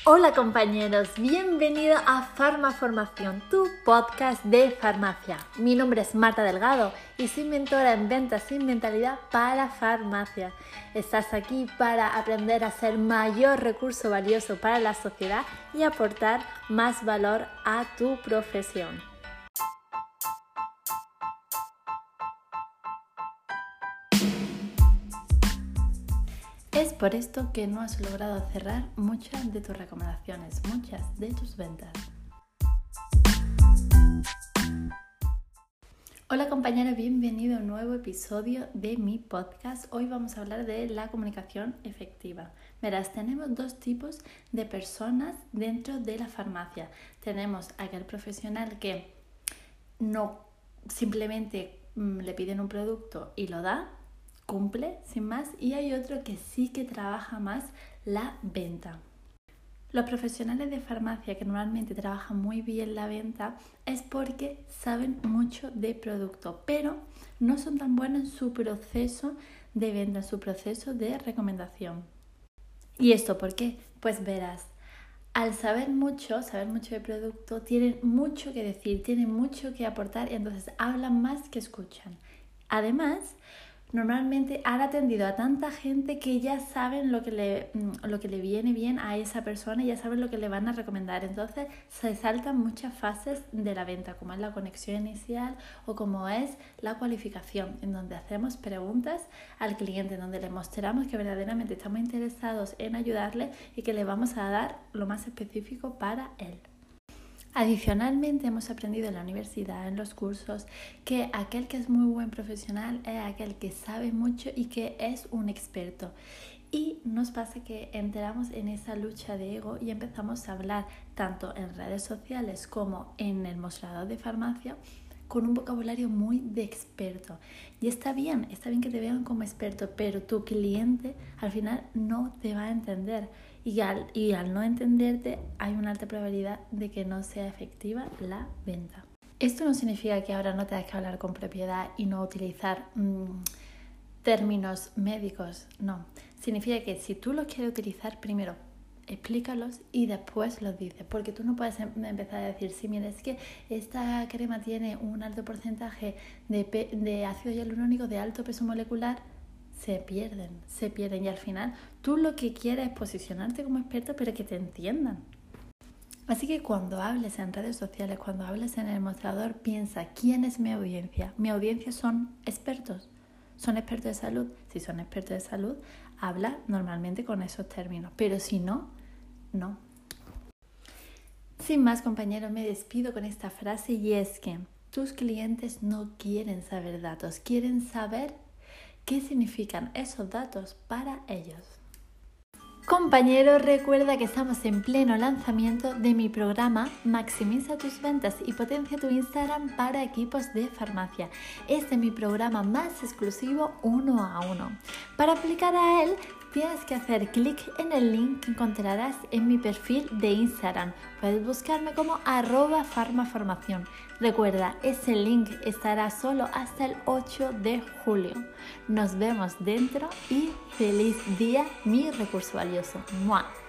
Hola compañeros, bienvenido a Farmaformación, tu podcast de farmacia. Mi nombre es Marta Delgado y soy mentora en ventas y mentalidad para farmacia. Estás aquí para aprender a ser mayor recurso valioso para la sociedad y aportar más valor a tu profesión. Es por esto que no has logrado cerrar muchas de tus recomendaciones, muchas de tus ventas. Hola compañeros, bienvenido a un nuevo episodio de mi podcast. Hoy vamos a hablar de la comunicación efectiva. Verás, tenemos dos tipos de personas dentro de la farmacia. Tenemos aquel profesional que no simplemente le piden un producto y lo da, cumple sin más, y hay otro que sí que trabaja más la venta. Los profesionales de farmacia que normalmente trabajan muy bien la venta es porque saben mucho de producto, pero no son tan buenos en su proceso de venta, en su proceso de recomendación. ¿Y esto por qué? Pues verás, al saber mucho de producto, tienen mucho que decir, tienen mucho que aportar y entonces hablan más que escuchan. Además, normalmente han atendido a tanta gente que ya saben lo que le viene bien a esa persona y ya saben lo que le van a recomendar. Entonces se saltan muchas fases de la venta, como es la conexión inicial o como es la cualificación, en donde hacemos preguntas al cliente, en donde le mostramos que verdaderamente estamos interesados en ayudarle y que le vamos a dar lo más específico para él. Adicionalmente, hemos aprendido en la universidad, en los cursos, que aquel que es muy buen profesional es aquel que sabe mucho y que es un experto. Y nos pasa que entramos en esa lucha de ego y empezamos a hablar tanto en redes sociales como en el mostrador de farmacia con un vocabulario muy de experto. Y está bien que te vean como experto, pero tu cliente al final no te va a entender. Y al no entenderte hay una alta probabilidad de que no sea efectiva la venta. Esto no significa que ahora no tengas que hablar con propiedad y no utilizar términos médicos, no. Significa que si tú los quieres utilizar, primero explícalos y después los dices, porque tú no puedes empezar a decir, sí, mira, es que esta crema tiene un alto porcentaje de ácido hialurónico de alto peso molecular. Se pierden y al final tú lo que quieres es posicionarte como experto, pero que te entiendan. Así que cuando hables en redes sociales, cuando hables en el mostrador, piensa, ¿quién es mi audiencia? Mi audiencia son expertos de salud. Si son expertos de salud, habla normalmente con esos términos, pero si no, no. Sin más, compañeros, me despido con esta frase y es que tus clientes no quieren saber datos, quieren saber ¿qué significan esos datos para ellos? Compañeros, recuerda que estamos en pleno lanzamiento de mi programa Maximiza tus ventas y potencia tu Instagram para equipos de farmacia. Este es mi programa más exclusivo 1 a 1. Para aplicar a él, tienes que hacer clic en el link que encontrarás en mi perfil de Instagram. Puedes buscarme como @farmaformación. Recuerda, ese link estará solo hasta el 8 de julio. Nos vemos dentro y feliz día, mi recurso valioso. ¡Mua!